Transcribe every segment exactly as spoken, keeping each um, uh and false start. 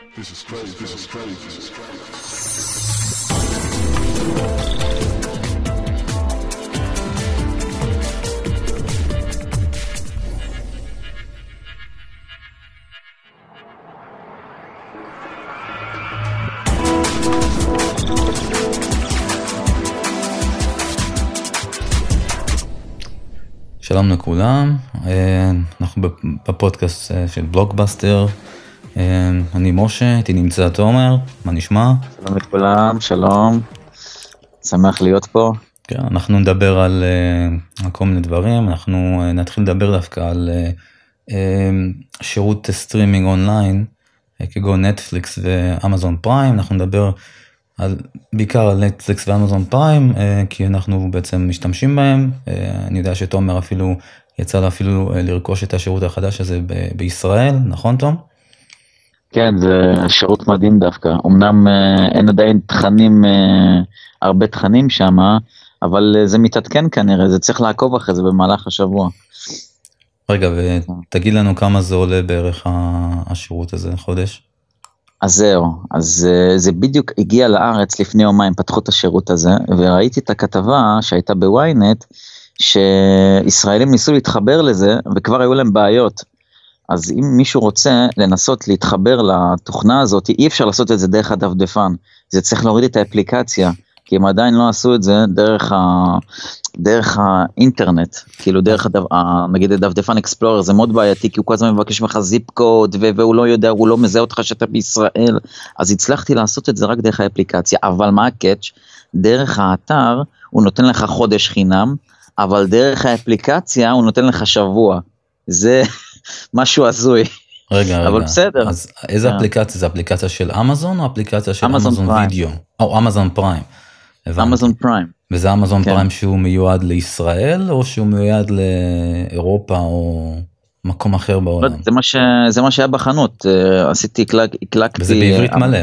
This is crazy, this is crazy, this is crazy. שלום לכולם, אנחנו בפודקאסט של בלוקבאסטר, אני משה, איתי נמצא תומר, מה נשמע? שלום לכולם, שלום, שמח להיות פה. כן, אנחנו נדבר על, על כל מיני דברים, אנחנו נתחיל לדבר דווקא על שירות סטרימינג אונליין, כגון נטפליקס ואמזון פריים, אנחנו נדבר על, בעיקר על נטפליקס ואמזון פריים, כי אנחנו בעצם משתמשים בהם. אני יודע שתומר אפילו, יצא לה אפילו לרכוש את השירות החדש הזה ב- בישראל, נכון תום? כן, זה שירות מדהים דווקא. אמנם אין עדיין תכנים, הרבה תכנים שם, אבל זה מתעדכן כנראה, זה צריך לעקוב אחרי זה במהלך השבוע. רגע, ותגיד לנו כמה זה עולה בערך השירות הזה חודש? אז זהו, אז זה בדיוק הגיע לארץ לפני יומיים, פתחו את השירות הזה, וראיתי את הכתבה שהייתה בוויינט, שישראלים ניסו להתחבר לזה, וכבר היו להם בעיות. אז אם מישהו רוצה לנסות להתחבר לתוכנה הזאת, אי אפשר לעשות את זה דרך הדפדפן, זה צריך להוריד את האפליקציה, כי הם עדיין לא עשו את זה דרך, ה... דרך האינטרנט, כאילו דרך הדף... נגיד הדפדפן אקספלורר, זה מאוד בעייתי, כי הוא כל הזמן מבקש ממך זיפ קוד, ו... והוא לא יודע, הוא לא מזהה אותך שאתה בישראל, אז הצלחתי לעשות את זה רק דרך האפליקציה, אבל מה הקאץ'? דרך האתר הוא נותן לך חודש חינם, אבל דרך האפליקציה הוא נותן לך שבוע, זה משהו הזוי. רגע, רגע. אבל בסדר. אז איזה yeah. אפליקציה? זה אפליקציה של אמזון או אפליקציה של אמזון אמזון וידאו? או אמזון פריים. אמזון פריים. וזה אמזון כן. פריים שהוא מיועד לישראל, או שהוא מיועד לאירופה, או מקום אחר בעולם? זה מה, ש... זה מה שהיה בחנות, עשיתי, הקלקתי... וזה בעברית מלא?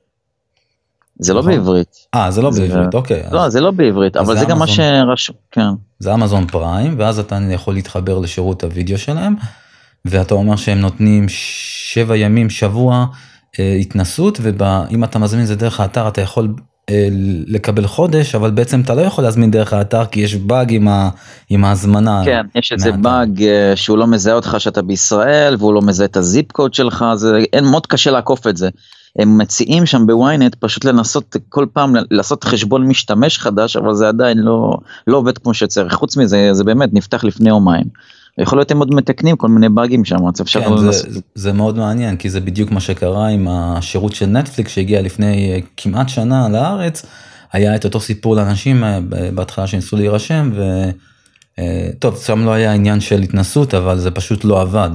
זה לא בעברית. אה, זה לא בעברית, אוקיי. לא, זה לא בעברית, אבל זה גם מה שרשום, כן. זה אמזון פריים, ואז אתה יכול להתחבר לשירות הוידאו שלהם, ואתה אומר שהם נותנים שבע ימים, שבוע התנסות, ואם אתה מזמין זה דרך האתר, אתה יכול לקבל חודש, אבל בעצם אתה לא יכול להזמין דרך האתר, כי יש באג עם, ה, עם ההזמנה. כן, יש איזה באג שהוא לא מזהה אותך שאתה בישראל, והוא לא מזהה את הזיפ קוד שלך, זה אין, מאוד קשה לעקוף את זה. הם מציעים שם בוויינט פשוט לנסות כל פעם לעשות חשבון משתמש חדש, אבל זה עדיין לא, לא עובד כמו שצריך. חוץ מזה, זה באמת נפתח לפני יומיים. יכול להיות הם עוד מתקנים כל מיני באגים שם. כן, זה, זה מאוד מעניין, כי זה בדיוק מה שקרה עם השירות של נטפליקס שהגיע לפני כמעט שנה לארץ, היה את אותו סיפור לאנשים בהתחלה שניסו להירשם, וטוב, שם לא היה עניין של התנסות, אבל זה פשוט לא עבד.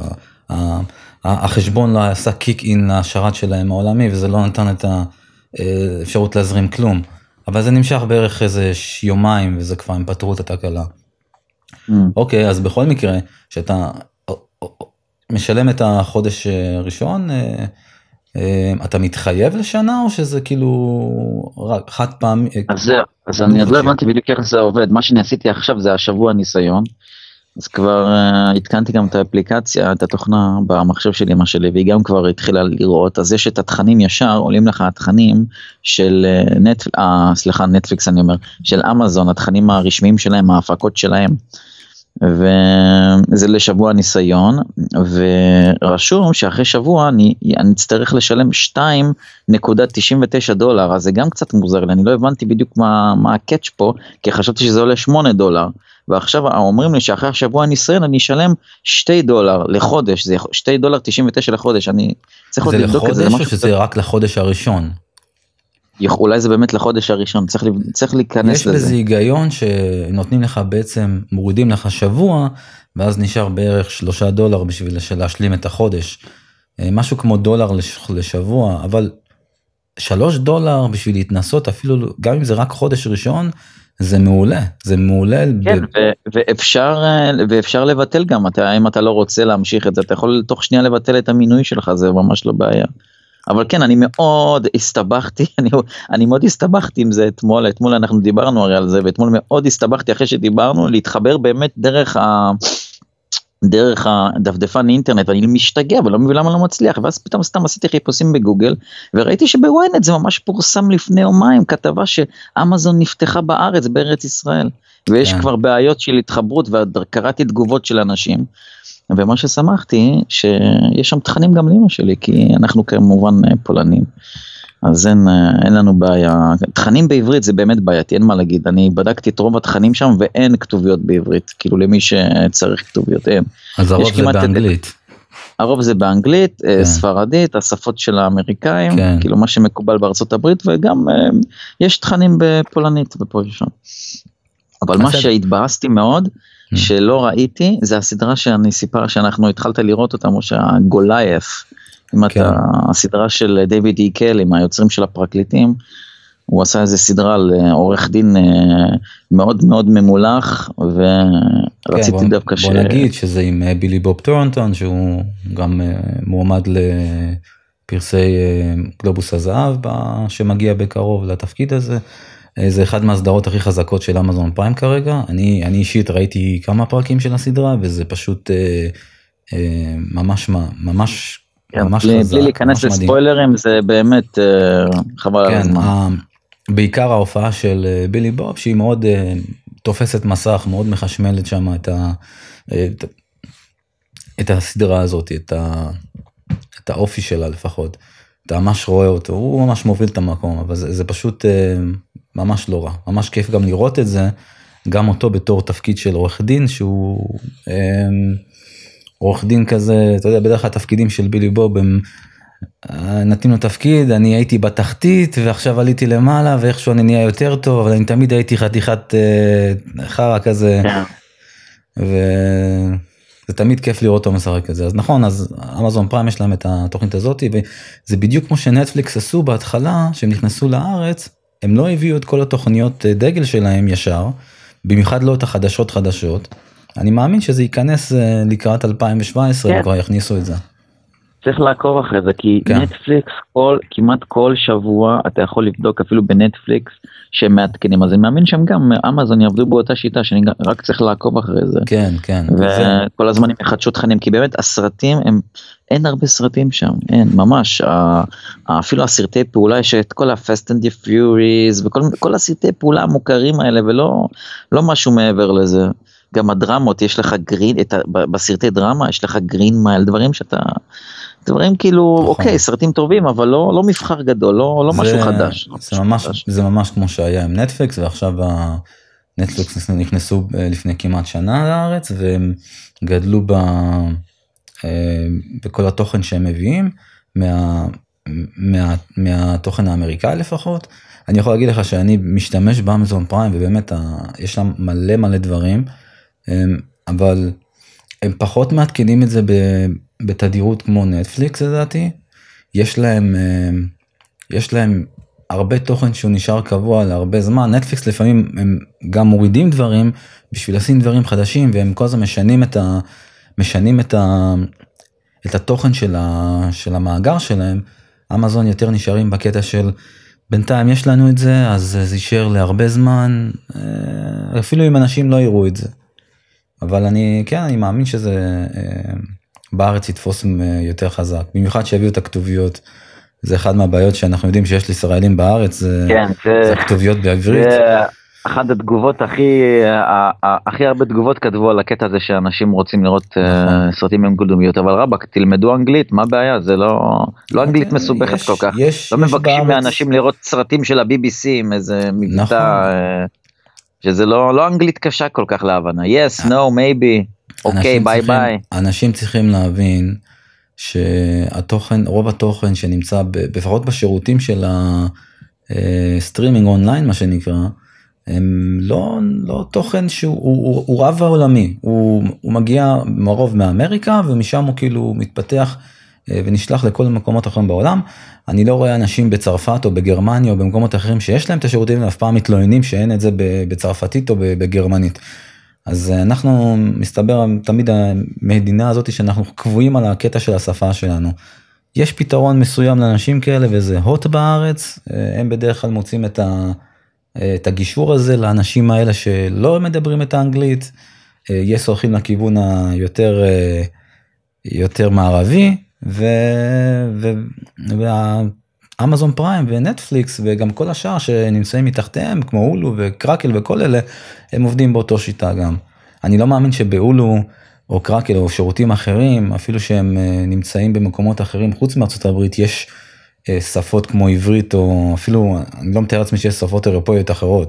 החשבון לא עשה קיק אין לשרת שלהם העולמי, וזה לא נתן את האפשרות להזרים כלום. אבל זה נמשך בערך איזה יומיים, וזה כבר הם פתרו את התקלה. אוקיי, אז בכל מקרה, שאתה משלם את החודש הראשון, אתה מתחייב לשנה, או שזה כאילו רק חד פעם? אז אני עוד לא הבנתי בדיוק איך זה עובד, מה שאני עשיתי עכשיו זה השבוע ניסיון, אז כבר התקנתי גם את האפליקציה, את התוכנה במחשב שלי, מה שלי, והיא גם כבר התחילה לראות, אז יש את התכנים ישר, עולים לך התכנים של נטפליקס, אה, סליחה, נטפליקס אני אומר, של אמזון, התכנים הרשמיים שלהם, ההפקות שלהם, וזה לשבוע ניסיון, ורשום שאחרי שבוע אני, אני אצטרך לשלם שתיים נקודה תשעים ותשע דולר, אז זה גם קצת מוזר לי, אני לא הבנתי בדיוק מה, מה הקאץ' פה, כי חשבתי שזה עולה שמונה דולר, ועכשיו אומרים לי שאחרי השבוע הניסיון אני אשלם שתי דולר לחודש, זה שתי דולר תשעים ותשע לחודש, אני צריך עוד לבדוק את זה. זה לחודש או שזה רק לחודש הראשון? אולי זה באמת לחודש הראשון, צריך, צריך להיכנס יש לזה. יש בזה היגיון שנותנים לך בעצם, מורידים לך שבוע, ואז נשאר בערך שלושה דולר בשביל להשלים את החודש. משהו כמו דולר לשבוע, אבל שלוש דולר בשביל להתנסות, אפילו גם אם זה רק חודש ראשון, זה מעולה, זה מעולה. כן, ב... ואפשר, ואפשר לבטל גם, אתה, אם אתה לא רוצה להמשיך את זה, אתה יכול תוך שנייה לבטל את המינוי שלך, זה ממש לא בעיה. אבל כן, אני מאוד הסתבכתי, אני, אני מאוד הסתבכתי עם זה אתמול, אתמול אנחנו דיברנו הרי על זה, ואתמול מאוד הסתבכתי אחרי שדיברנו, להתחבר באמת דרך ה... דרך הדפדפן אינטרנט, ואני משתגע, ולא מבין למה לא מצליח, ואז פתאום סתם עשיתי חיפושים בגוגל, וראיתי שבוויינט זה ממש פורסם לפני יומיים, כתבה שאמזון נפתחה בארץ, בארץ ישראל, ויש כן. כבר בעיות של התחברות, וקראתי תגובות של אנשים, ומה ששמחתי, שיש שם תכנים גם לאמא שלי, כי אנחנו כמובן פולנים, אז אין, אין לנו בעיה, תכנים בעברית זה באמת בעייתי, אין מה להגיד, אני בדקתי את רוב התכנים שם ואין כתוביות בעברית, כאילו למי שצריך כתוביות, אין. אז הרוב זה באנגלית. הרוב זה באנגלית, כן. ספרדית, השפות של האמריקאים, כן. כאילו מה שמקובל בארצות הברית, וגם יש תכנים בפולנית ופה ושם. אבל מה שהתבאסתי מאוד, שלא ראיתי, זה הסדרה שאני סיפר, שאנחנו התחלת לראות אותה, כמו שהגולייף, אם אתה, הסדרה של דיוויד אי קל, עם היוצרים של הפרקליטים, הוא עשה איזה סדרה על עורך דין מאוד מאוד ממולח, ורציתי דווקא ש... בוא נגיד שזה עם בילי בוב טורנטון, שהוא גם מועמד לפרסי גלובוס הזהב, שמגיע בקרוב לתפקיד הזה, זה אחד מהסדרות הכי חזקות של אמזון פריים כרגע, אני, אני אישית ראיתי כמה פרקים של הסדרה, וזה פשוט ממש, ממש... בלי להיכנס לספוילרים זה באמת חבל על הזמן. בעיקר ההופעה של בילי בוב שהיא מאוד תופסת מסך, מאוד מחשמלת שם את הסדרה הזאת, את האופי שלה לפחות, אתה ממש רואה אותו, הוא ממש מוביל את המקום, אבל זה פשוט ממש לא רע, ממש כיף גם לראות את זה, גם אותו בתור תפקיד של עורך דין שהוא... עורך דין כזה, אתה יודע, בדרך כלל התפקידים של בילי בוב, הם נתנו לו תפקיד, אני הייתי בתחתית, ועכשיו עליתי למעלה, ואיכשהו אני נהיה יותר טוב, אבל אני תמיד הייתי חתיכת חרה כזה, וזה תמיד כיף לראות אותו משחק כזה. אז נכון, אז אמזון פריים יש להם את התוכנית הזאת, וזה בדיוק כמו שנטפליקס עשו בהתחלה, שהם נכנסו לארץ, הם לא הביאו את כל התוכניות דגל שלהם ישר, במיוחד לא את החדשות חדשות, אני מאמין שזה ייכנס לקראת אלפיים שבע עשרה, כן. וכבר יכניסו את זה. צריך לעקוב אחרי זה, כי כן. נטפליקס, כל, כמעט כל שבוע, אתה יכול לבדוק אפילו בנטפליקס, שהם מעדכנים, אז אני מאמין שהם גם, אמזון יעבדו באותה שיטה, שאני רק צריך לעקוב אחרי זה. כן, כן. וכל זה... הזמן הם יחדשו תכנים, כי באמת הסרטים, הם, אין הרבה סרטים שם, אין, ממש, אפילו הסרטי פעולה, יש את כל ה-Fast and the Furious, וכל הסרטי פעולה המוכרים האלה, ולא לא משהו מעבר לזה. גם הדרמות, יש לך גרין, את ה, בסרטי דרמה, יש לך גרין מייל, דברים שאתה, דברים כאילו, נכון. אוקיי, סרטים טובים, אבל לא, לא מבחר גדול, לא, לא זה, משהו חדש. זה, משהו ממש, חדש. זה ממש כמו שהיה עם נטפליקס, ועכשיו הנטפליקס נכנסו לפני כמעט שנה לארץ, והם גדלו ב, בכל התוכן שהם מביאים, מה, מה, מהתוכן האמריקאי לפחות. אני יכול להגיד לך שאני משתמש באמזון פריים, ובאמת יש להם מלא מלא דברים, אבל הם פחות מעדכנים את זה בתדירות כמו נטפליקס לדעתי, יש להם, יש להם הרבה תוכן שהוא נשאר קבוע להרבה זמן, נטפליקס לפעמים הם גם מורידים דברים, בשביל לשים דברים חדשים, והם כל הזמן משנים את, ה, משנים את, ה, את התוכן של, ה, של המאגר שלהם, אמזון יותר נשארים בקטע של, בינתיים יש לנו את זה, אז זה יישאר להרבה זמן, אפילו אם אנשים לא יראו את זה. אבל אני, כן, אני מאמין שזה בארץ יתפוס יותר חזק, במיוחד שיביאו את הכתוביות, זה אחד מהבעיות שאנחנו יודעים שיש לישראלים בארץ, זה, כן, זה, זה הכתוביות בעברית. זה אחת התגובות הכי, הכי הרבה תגובות כתבו על הקטע הזה שאנשים רוצים לראות נכון. סרטים עם גולדומיות, אבל רבק, תלמדו אנגלית, מה הבעיה? זה לא, לא אנגלית מסובכת יש, כל כך. יש, לא יש מבקשים בארץ... מאנשים לראות סרטים של ה-בי בי סי עם איזה מבטא, נכון. שזה לא, לא אנגלית קשה כל כך להבנה. yes, no, maybe, אוקיי, ביי ביי. אנשים צריכים להבין שהתוכן, רוב התוכן שנמצא, לפחות בשירותים של הסטרימינג אונליין, מה שנקרא, הם לא, לא תוכן שהוא, הוא, הוא, הוא רב העולמי, הוא, הוא מגיע מרוב מאמריקה, ומשם הוא כאילו מתפתח ונשלח לכל המקומות אחרים בעולם. אני לא רואה אנשים בצרפת או בגרמניה או במקומות אחרים שיש להם את השירותים, ואף פעם מתלוננים שאין את זה בצרפתית או בגרמנית. אז אנחנו מסתבר תמיד המדינה הזאת שאנחנו קבועים על הקטע של השפה שלנו. יש פתרון מסוים לאנשים כאלה, וזה הוט בארץ, הם בדרך כלל מוצאים את ה... את הגישור הזה לאנשים האלה שלא מדברים את האנגלית, יס הולכים לכיוון היותר יותר מערבי, והאמזון פריים ונטפליקס וגם כל השאר שנמצאים מתחתיהם, כמו הולו וקרקל וכל אלה, הם עובדים באותו שיטה גם. אני לא מאמין שבהולו או קרקל או שירותים אחרים, אפילו שהם נמצאים במקומות אחרים חוץ מארצות הברית, יש שפות כמו עברית, או אפילו, אני לא מתאר לעצמי שיש שפות אירופאיות אחרות,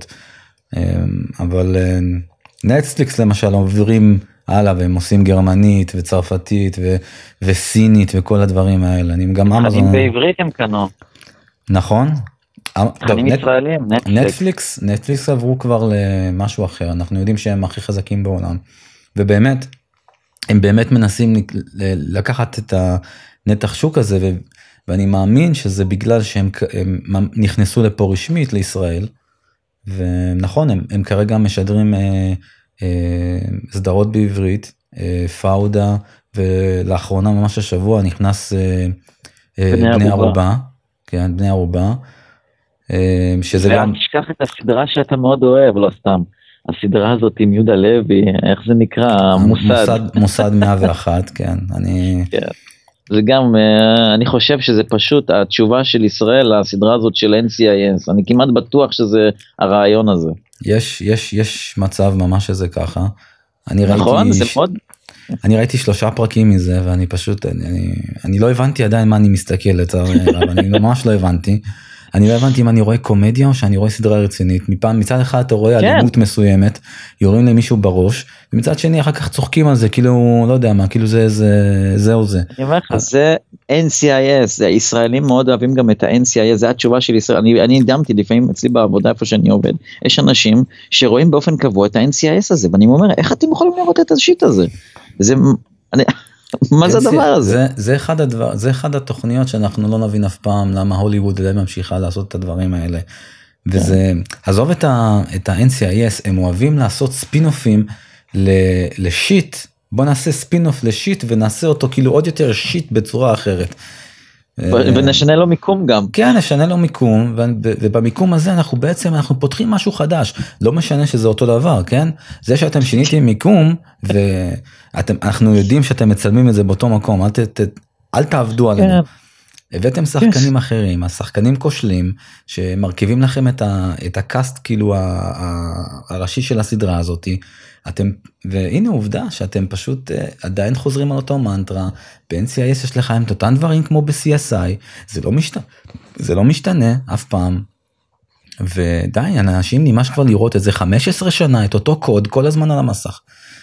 אבל נטפליקס למשל עוברים הלאה, והם עושים גרמנית וצרפתית ו- וסינית וכל הדברים האלה. אני גם אמזון... בעברית הם קנו. נכון. תכנים ישראלים, נטפליקס. נטפליקס, נטפליקס עברו כבר למשהו אחר, אנחנו יודעים שהם הכי חזקים בעולם, ובאמת, הם באמת מנסים לקחת את הנתח שוק הזה, ו... ואני מאמין שזה בגלל שהם הם נכנסו לפה רשמית לישראל, ונכון, הם, הם כרגע משדרים אה, אה, סדרות בעברית, אה, פאודה, ולאחרונה ממש השבוע נכנס אה, בני, בני ערובה, כן, בני ערובה, אה, שזה גם... תשכח את הסדרה שאתה מאוד אוהב, לא סתם, הסדרה הזאת עם יהודה לוי, איך זה נקרא? מוסד. מוסד, מוסד מאה ואחת, כן, אני... כן. זה גם, אני חושב שזה פשוט התשובה של ישראל לסדרה הזאת של אן סי איי אס, אני כמעט בטוח שזה הרעיון הזה. יש, יש, יש מצב ממש שזה ככה. אני נכון, ראיתי, זה מאוד... אני ראיתי שלושה פרקים מזה, ואני פשוט, אני, אני, אני לא הבנתי עדיין מה אני מסתכל, לצערי הרב, אני ממש לא הבנתי. אני לא הבנתי אם אני רואה קומדיה או שאני רואה סדרה רצינית. מפעם, מצד אחד אתה רואה כן. אלימות מסוימת, יורים למישהו בראש, ומצד שני אחר כך צוחקים על זה, כאילו, לא יודע מה, כאילו זה, זה, זה או זה. אני אומר לך, זה אן סי איי אס, הישראלים מאוד אוהבים גם את ה-אן סי איי אס, זה התשובה של ישראל, אני, אני דמתי לפעמים אצלי בעבודה איפה שאני עובד, יש אנשים שרואים באופן קבוע את ה-אן סי איי אס הזה, ואני אומר, איך אתם יכולים לראות את השיט הזה? זה, אני... מה זה הדבר הזה? זה, זה אחד הדבר, זה אחד התוכניות שאנחנו לא נבין אף פעם, למה הוליווד עדיין ממשיכה לעשות את הדברים האלה. וזה, עזוב את ה, את ה-אן סי איי אס, הם אוהבים לעשות ספינופים לשיט, בוא נעשה ספינוף לשיט ונעשה אותו כאילו עוד יותר שיט בצורה אחרת. ונשנה לו מיקום גם. כן, נשנה לו מיקום, ובמיקום הזה אנחנו בעצם, אנחנו פותחים משהו חדש, לא משנה שזה אותו דבר, כן? זה שאתם שיניתם מיקום, ואנחנו יודעים שאתם מצלמים את זה באותו מקום, אל, ת, ת, אל תעבדו עלינו. הבאתם שחקנים אחרים, השחקנים כושלים, שמרכיבים לכם את, ה, את הקאסט, כאילו ה, ה, הראשי של הסדרה הזאת, אתם, והנה עובדה שאתם פשוט עדיין חוזרים על אותו מנטרה, ב-אן סי איי אס יש לך את אותם דברים כמו ב-סי אס איי, זה לא משתנה, זה לא משתנה אף פעם, ודי, אנשים נמאס כבר לראות את זה חמש עשרה שנה, את אותו קוד כל הזמן על המסך,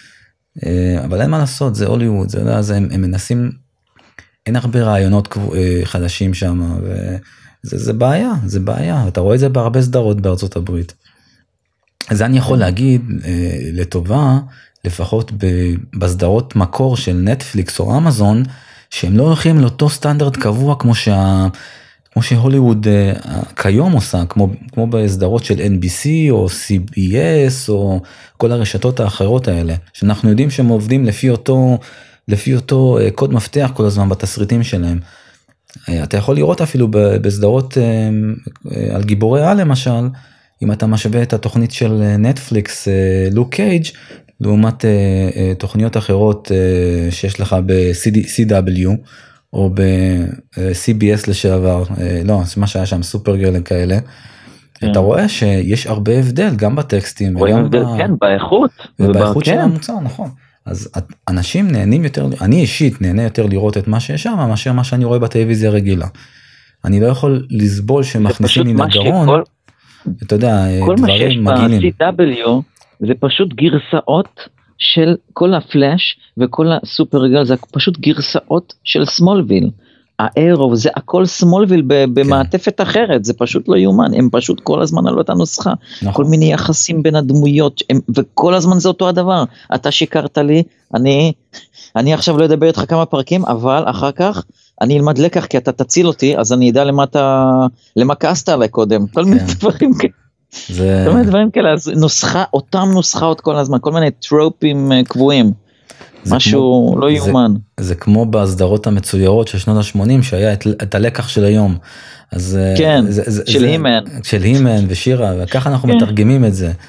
אבל אין מה לעשות, זה הוליווד, זה, זה, הם, הם מנסים, אין הרבה רעיונות חדשים שם, וזה זה בעיה, זה בעיה, אתה רואה את זה בהרבה סדרות בארצות הברית. אז אני יכול להגיד לטובה, לפחות בסדרות מקור של נטפליקס או אמזון, שהם לא הולכים לאותו סטנדרט קבוע כמו, שה, כמו שהוליווד כיום עושה, כמו, כמו בסדרות של אן בי סי או סי בי אס או כל הרשתות האחרות האלה, שאנחנו יודעים שהם עובדים לפי אותו, לפי אותו קוד מפתח כל הזמן בתסריטים שלהם. אתה יכול לראות אפילו בסדרות על גיבורי על למשל, אם אתה משווה את התוכנית של נטפליקס, לוק קייג', לעומת תוכניות אחרות שיש לך ב-סי דאבליו, או ב-סי בי אס לשעבר, לא, מה שהיה שם, סופרגרל כאלה, אתה רואה שיש הרבה הבדל, גם בטקסטים, וגם כן, באיכות. ובאיכות של המוצר, נכון. אז אנשים נהנים יותר, אני אישית נהנה יותר לראות את מה שיש שם, מאשר מה שאני רואה בטלוויזיה רגילה. אני לא יכול לסבול שמכניסים לי לגרון, אתה יודע, דברים מגעילים. כל מה שיש ב-סי דאבליו זה פשוט גרסאות של כל הפלאש וכל הסופרגרל, זה פשוט גרסאות של סמולוויל. האירו, זה הכל סמולוויל במעטפת אחרת, זה פשוט לא יומן, הם פשוט כל הזמן על אותה נוסחה, כל מיני יחסים בין הדמויות, וכל הזמן זה אותו הדבר. אתה שיקרת לי, אני, אני עכשיו לא אדבר איתך כמה פרקים, אבל אחר כך אני אלמד לקח, כי אתה תציל אותי, אז אני אדע למה אתה, למה כעסת עליי קודם, כל מיני דברים כאלה. זה... כל מיני דברים כאלה, נוסחה, אותם נוסחאות כל הזמן, כל מיני טרופים קבועים. משהו כמו, לא יומן. זה, זה כמו בסדרות המצוירות של שנות ה-שמונים, שהיה את, את הלקח של היום. אז, כן, זה, זה, של זה, הימן. של הימן ושירה, וככה אנחנו כן. מתרגמים את זה.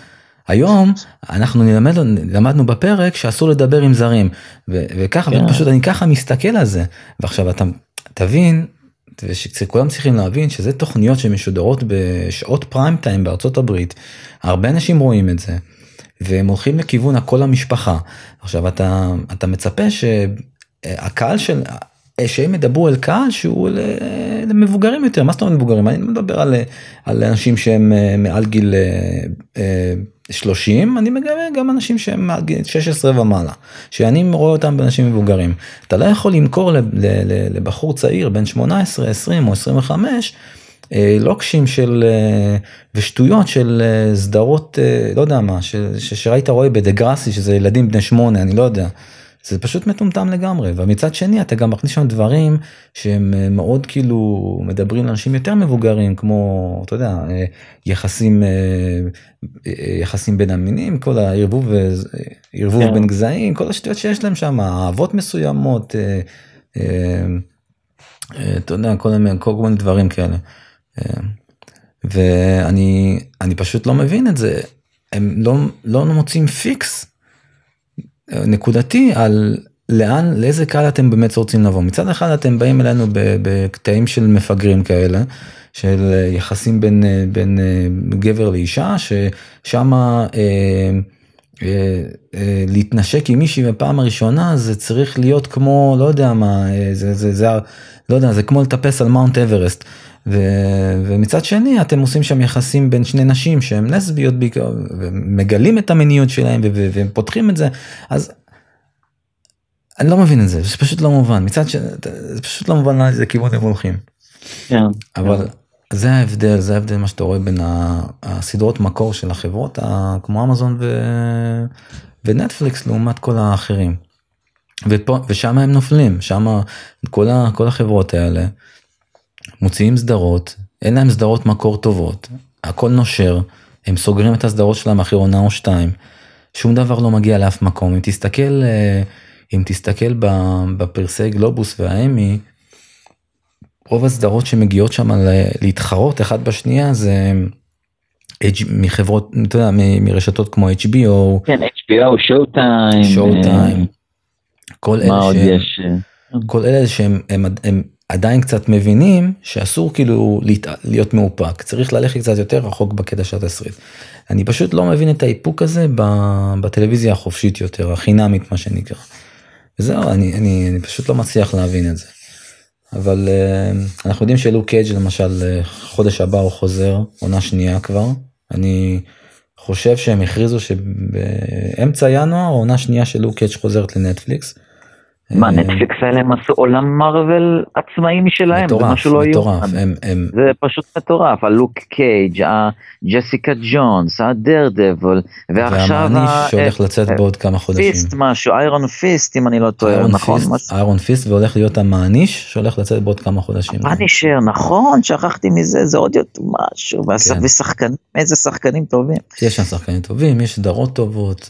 היום אנחנו נלמד, למדנו בפרק שאסור לדבר עם זרים, ו- וככה, כן. ופשוט אני ככה מסתכל על זה, ועכשיו אתה תבין, וכולם צריכים להבין שזה תוכניות שמשודרות בשעות פריים טיים בארצות הברית, הרבה אנשים רואים את זה, והם הולכים לכיוון הכל המשפחה. עכשיו אתה, אתה מצפה שהקהל של, שהם ידברו אל קהל שהוא למבוגרים יותר. מה זאת אומרת מבוגרים? אני מדבר על, על אנשים שהם מעל גיל שלושים, אני מגבה גם אנשים שהם מעל גיל שש עשרה ומעלה, שאני רואה אותם באנשים מבוגרים. אתה לא יכול למכור לבחור צעיר בין שמונה עשרה, עשרים או עשרים וחמש, לוקשים של ושטויות של סדרות, לא יודע מה, שראית רואה בדגרסי, שזה ילדים בני שמונה, אני לא יודע. זה פשוט מטומטם לגמרי, ומצד שני אתה גם מכניס שם דברים שהם מאוד כאילו מדברים לאנשים יותר מבוגרים, כמו, אתה יודע, יחסים, יחסים בין המינים, כל הערבוב, ערבוב כן. בין גזעים, כל השטויות שיש להם שם, אהבות מסוימות, אתה יודע, כל מיני, כל מיני דברים כאלה. ואני, אני פשוט לא מבין את זה, הם לא, לא מוצאים פיקס, נקודתי על לאן, לאיזה קהל אתם באמת רוצים לבוא. מצד אחד אתם באים אלינו בקטעים של מפגרים כאלה, של יחסים בין, בין גבר לאישה, ששם אה, אה, אה, להתנשק עם מישהי בפעם הראשונה, זה צריך להיות כמו, לא יודע מה, זה, זה, זה, לא יודע, זה כמו לטפס על מאונט אברסט. ו, ומצד שני אתם עושים שם יחסים בין שני נשים שהם לסביות בעיקר, ומגלים את המיניות שלהם ו, ו, ופותחים את זה, אז אני לא מבין את זה, זה פשוט לא מובן, מצד ש... זה פשוט לא מובן לאיזה כיוון הם הולכים. כן. אבל זה ההבדל, זה ההבדל מה שאתה רואה בין הסדרות מקור של החברות, כמו אמזון ו... ונטפליקס לעומת כל האחרים. ופה, ושם הם נופלים, שם כל, ה... כל החברות האלה, מוציאים סדרות, אין להם סדרות מקור טובות, הכל נושר, הם סוגרים את הסדרות שלהם אחרי עונה או שתיים, שום דבר לא מגיע לאף מקום. אם תסתכל, אם תסתכל בפרסי גלובוס והאמי, רוב הסדרות שמגיעות שם להתחרות אחד בשנייה, זה מחברות, אתה יודע, מרשתות כמו אייץ' בי או, כן, אייץ' בי או, שואו-טיים, שואו-טיים, כל מה עוד יש? כל אלה שהם, הם, הם עדיין קצת מבינים שאסור כאילו להיות מאופק, צריך ללכת קצת יותר רחוק בקטע של התסריט. אני פשוט לא מבין את האיפוק הזה בטלוויזיה החופשית יותר, החינמית מה שנקרא. וזהו, אני, אני, אני פשוט לא מצליח להבין את זה. אבל אנחנו יודעים שלוק קייג' למשל חודש הבא הוא חוזר, עונה שנייה כבר. אני חושב שהם הכריזו שבאמצע ינואר, עונה שנייה של לוק קייג' חוזרת לנטפליקס. מה, נטפליקס האלה הם עשו עולם מרוול עצמאי משלהם, זה משהו לא מטורף, הם, הם... זה פשוט מטורף, הלוק קייג', ג'סיקה ג'ונס, הדרדבל, ועכשיו והמעניש שהולך לצאת בעוד כמה חודשים. פיסט משהו, איירון פיסט אם אני לא טועה, נכון? איירון פיסט והולך להיות המעניש שהולך לצאת בעוד כמה חודשים. המענישר, נכון, שכחתי מזה, זה עוד יותר משהו, ושחקנים, איזה שחקנים טובים. יש שם שחקנים טובים, יש סדרות טובות,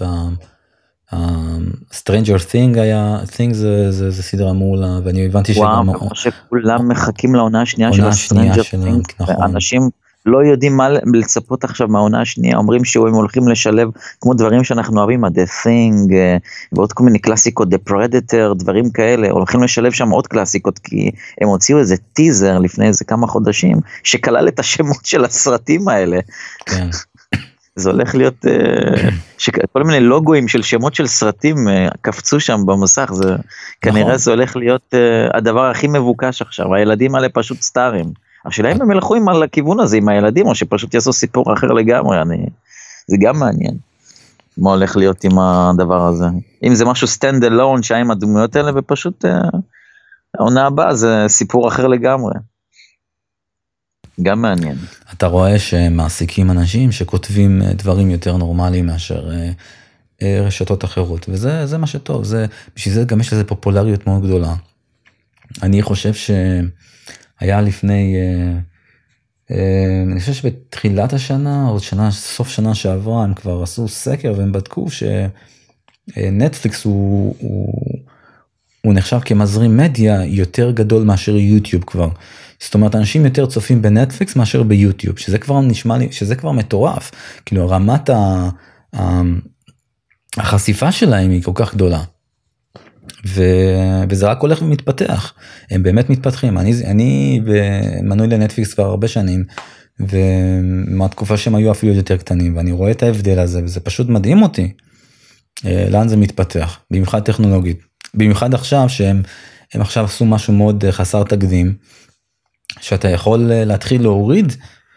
Stranger Thing היה, Thing זה, זה, זה סדרה מעולה, ואני הבנתי שגם... וואו, שכולם מחכים לעונה השנייה של Stranger Thing, נכון. ואנשים לא יודעים מה לצפות עכשיו מהעונה השנייה, אומרים שהם הולכים לשלב כמו דברים שאנחנו אוהבים, The Thing, ועוד כל מיני קלאסיקות, The Predator, דברים כאלה, הולכים לשלב שם עוד קלאסיקות, כי הם הוציאו איזה טיזר לפני איזה כמה חודשים, שכלל את השמות של הסרטים האלה. כן. זה הולך להיות, כל מיני לוגויים של שמות של סרטים קפצו שם במסך, זה כנראה זה הולך להיות הדבר הכי מבוקש עכשיו, הילדים האלה פשוט סטארים. השאלה אם הם ילכו על הכיוון הזה עם הילדים, או שפשוט יעשו סיפור אחר לגמרי, זה גם מעניין, מה הולך להיות עם הדבר הזה. אם זה משהו stand alone שהיה עם הדמויות האלה, ופשוט העונה הבאה זה סיפור אחר לגמרי. גם מעניין. אתה רואה שמעסיקים אנשים שכותבים דברים יותר נורמליים מאשר רשתות אחרות, וזה זה מה שטוב, זה, בשביל זה גם יש לזה פופולריות מאוד גדולה. אני חושב שהיה לפני, אני חושב שבתחילת השנה, או שנה, סוף שנה שעברה, הם כבר עשו סקר, והם בדקו שנטפליקס הוא, הוא, הוא נחשב כמזרים מדיה יותר גדול מאשר יוטיוב כבר. זאת אומרת, אנשים יותר צופים בנטפליקס מאשר ביוטיוב, שזה כבר נשמע לי, שזה כבר מטורף. כאילו, רמת ה, החשיפה שלהם היא כל כך גדולה, ו... וזה רק הולך ומתפתח, הם באמת מתפתחים, אני, אני מנוי לנטפליקס כבר הרבה שנים, ומהתקופה שהם היו אפילו יותר קטנים, ואני רואה את ההבדל הזה, וזה פשוט מדהים אותי, לאן זה מתפתח, במיוחד טכנולוגית, במיוחד עכשיו שהם הם עכשיו עשו משהו מאוד חסר תקדים, שאתה יכול להתחיל להוריד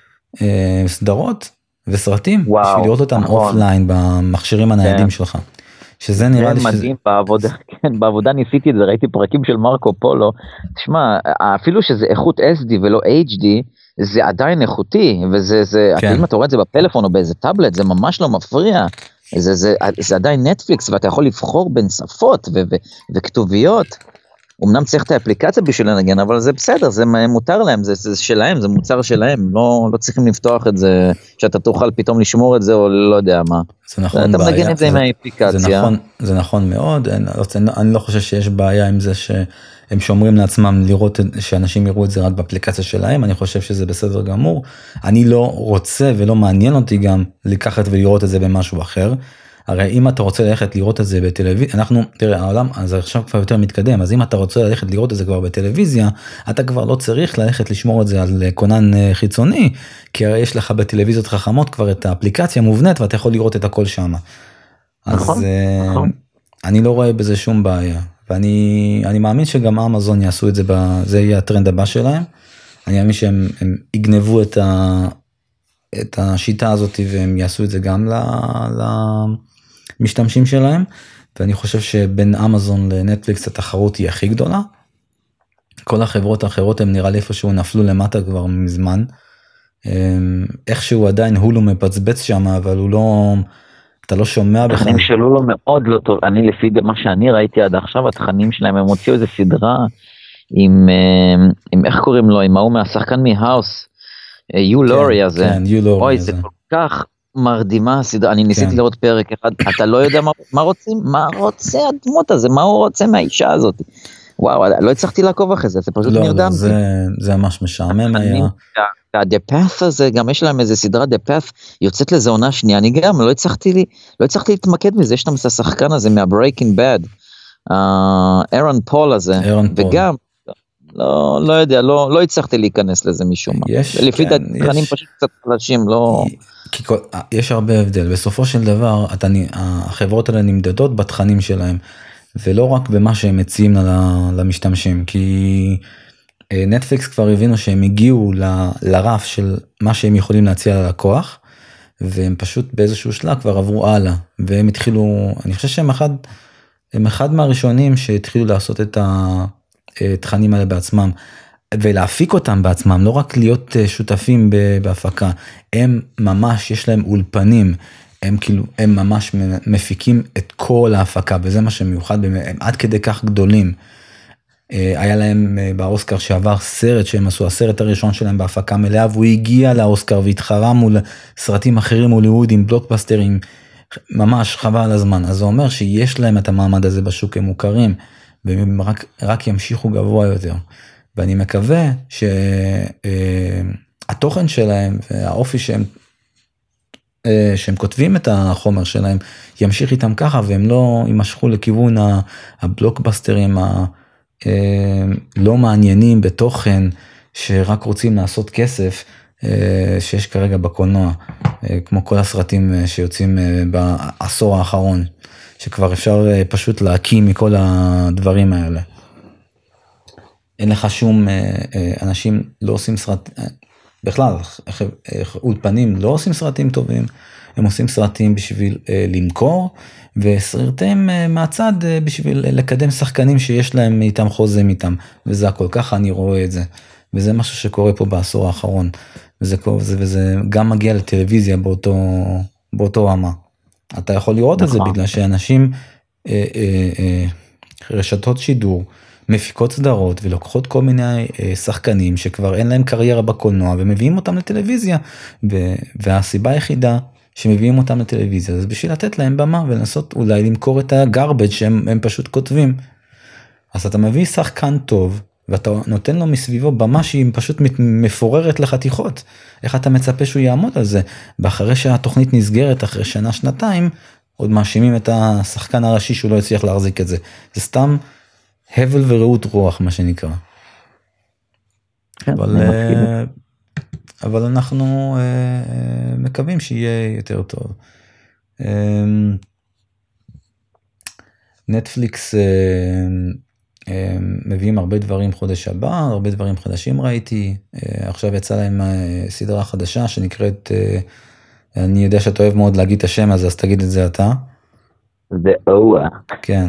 סדרות וסרטים, וואו, בשביל לראות אותם נכון. אופליין במכשירים הניידים כן. שלך. שזה נראה לי שזה... מדהים, בעבודה, כן, בעבודה ניסיתי את זה, ראיתי פרקים של מרקו פולו, תשמע, אפילו שזה איכות אס די ולא אייץ' די, זה עדיין איכותי, וזה, זה, כן. אם אתה רואה את זה בפלאפון או באיזה טאבלט, זה ממש לא מפריע, זה, זה, זה עדיין נטפליקס, ואתה יכול לבחור בין שפות ו- ו- וכתוביות, אמנם צריך את האפליקציה בשביל לנגן, אבל זה בסדר, זה מותר להם, זה, זה שלהם, זה מוצר שלהם, לא, לא צריכים לפתוח את זה, שאתה תוכל פתאום לשמור את זה, או לא יודע מה. זה נכון, אתה בעיה, מנגן את זה עם האפליקציה. זה נכון, זה נכון מאוד, אני, אני לא חושב שיש בעיה עם זה שהם שומרים לעצמם לראות, שאנשים יראו את זה רק באפליקציה שלהם, אני חושב שזה בסדר גמור, אני לא רוצה ולא מעניין אותי גם לקחת ולראות את זה במשהו אחר, הרי אם אתה רוצה ללכת לראות את זה בטלוויזיה, אנחנו, תראה, העולם, אז עכשיו כבר יותר מתקדם, אז אם אתה רוצה ללכת לראות את זה כבר בטלוויזיה, אתה כבר לא צריך ללכת לשמור את זה על כונן חיצוני, כי הרי יש לך בטלוויזיות חכמות כבר את האפליקציה מובנית, ואתה יכול לראות את הכל שם. נכון, אז נכון. אני לא רואה בזה שום בעיה, ואני אני מאמין שגם אמזון יעשו את זה, זה יהיה הטרנד הבא שלהם, אני מאמין שהם הם יגנבו את, ה, את השיטה הזאת, והם יעשו את זה גם ל... ל משתמשים שלהם, ואני חושב שבין אמזון לנטפליקס התחרות היא הכי גדולה, כל החברות האחרות הם נראה לי איפשהו נפלו למטה כבר מזמן, איכשהו עדיין הולו מפצבץ שם, אבל הוא לא, אתה לא שומע בכלל. התכנים שלו לא מאוד לא טוב, אני לפי מה שאני ראיתי עד עכשיו, התכנים שלהם, הם הוציאו איזה סדרה, עם, עם איך קוראים לו, עם ההוא מהשחקן מהאוס, יו לורי הזה, כן, יו לורי אוי הזה. זה כל כך, מרדימה הסדרה, אני ניסיתי לראות פרק אחד, אתה לא יודע מה, מה רוצים, מה רוצה הדמות הזה, מה הוא רוצה מהאישה הזאת, וואו, לא הצלחתי לעקוב אחרי זה, זה פשוט לא, נרדמתי. לא, זה, זה ממש משעמם היה. ה-The Path הזה, גם יש להם איזה סדרה, The Path, יוצאת לזה עונה שנייה, אני גם לא הצלחתי לי, לא הצלחתי להתמקד בזה, יש להם את השחקן הזה מה-Breaking Bad, אירון פול הזה, וגם, לא, לא יודע, לא, לא הצלחתי להיכנס לזה משום מה. לפי כן, דתכנים פשוט קצת חלשים, לא... כי כל, יש הרבה הבדל, בסופו של דבר, אתה, החברות האלה נמדדות בתכנים שלהם, ולא רק במה שהם מציעים למשתמשים, כי נטפליקס כבר הבינו שהם הגיעו ל, לרף של מה שהם יכולים להציע ללקוח, והם פשוט באיזשהו שלב כבר עברו הלאה, והם התחילו, אני חושב שהם אחד, הם אחד מהראשונים שהתחילו לעשות את התכנים האלה בעצמם, ולהפיק אותם בעצמם, לא רק להיות שותפים בהפקה, הם ממש, יש להם אולפנים, הם כאילו, הם ממש מפיקים את כל ההפקה, וזה מה שמיוחד, הם עד כדי כך גדולים. היה להם באוסקר שעבר סרט שהם עשו, הסרט הראשון שלהם בהפקה מלאה, והוא הגיע לאוסקר והתחרה מול סרטים אחרים הוליוודים, בלוקבאסטרים, ממש חבל על הזמן. אז זה אומר שיש להם את המעמד הזה בשוק, הם מוכרים, והם רק, רק ימשיכו גבוה יותר. ואני מקווה שהתוכן שלהם והאופי שהם, שהם כותבים את החומר שלהם ימשיך איתם ככה, והם לא יימשכו לכיוון הבלוקבאסטרים הלא מעניינים בתוכן, שרק רוצים לעשות כסף, שיש כרגע בקולנוע, כמו כל הסרטים שיוצאים בעשור האחרון, שכבר אפשר פשוט להקים מכל הדברים האלה. אין לך שום, אנשים לא עושים סרט, בכלל, אולפנים לא עושים סרטים טובים, הם עושים סרטים בשביל למכור, וסרטים מהצד בשביל לקדם שחקנים שיש להם איתם חוזים איתם, וזה הכל, ככה אני רואה את זה, וזה משהו שקורה פה בעשור האחרון, וזה, וזה, וזה גם מגיע לטלוויזיה באותו, באותו רמה. אתה יכול לראות את זה בגלל שאנשים, רשתות שידור, מפיקות סדרות ולוקחות כל מיני שחקנים שכבר אין להם קריירה בקולנוע ומביאים אותם לטלוויזיה, והסיבה היחידה שמביאים אותם לטלוויזיה זה בשביל לתת להם במה ולנסות אולי למכור את הגרבג' שהם פשוט כותבים. אז אתה מביא שחקן טוב ואתה נותן לו מסביבו במה שהיא פשוט מפוררת לחתיכות, איך אתה מצפה שהוא יעמוד על זה, ואחרי שהתוכנית נסגרת, אחרי שנה, שנתיים, עוד מאשימים את השחקן הראשי שהוא לא יצליח להחזיק את זה, זה סתם הבל ורעות רוח, מה שנקרא. אבל, אבל אנחנו מקווים שיהיה יותר טוב. נטפליקס מביאים הרבה דברים חודש הבא, הרבה דברים חדשים ראיתי, עכשיו יצא להם סדרה חדשה שנקראת, אני יודע שאתה אוהב מאוד להגיד את השם הזה, אז תגיד את זה אתה. זה אוה. כן.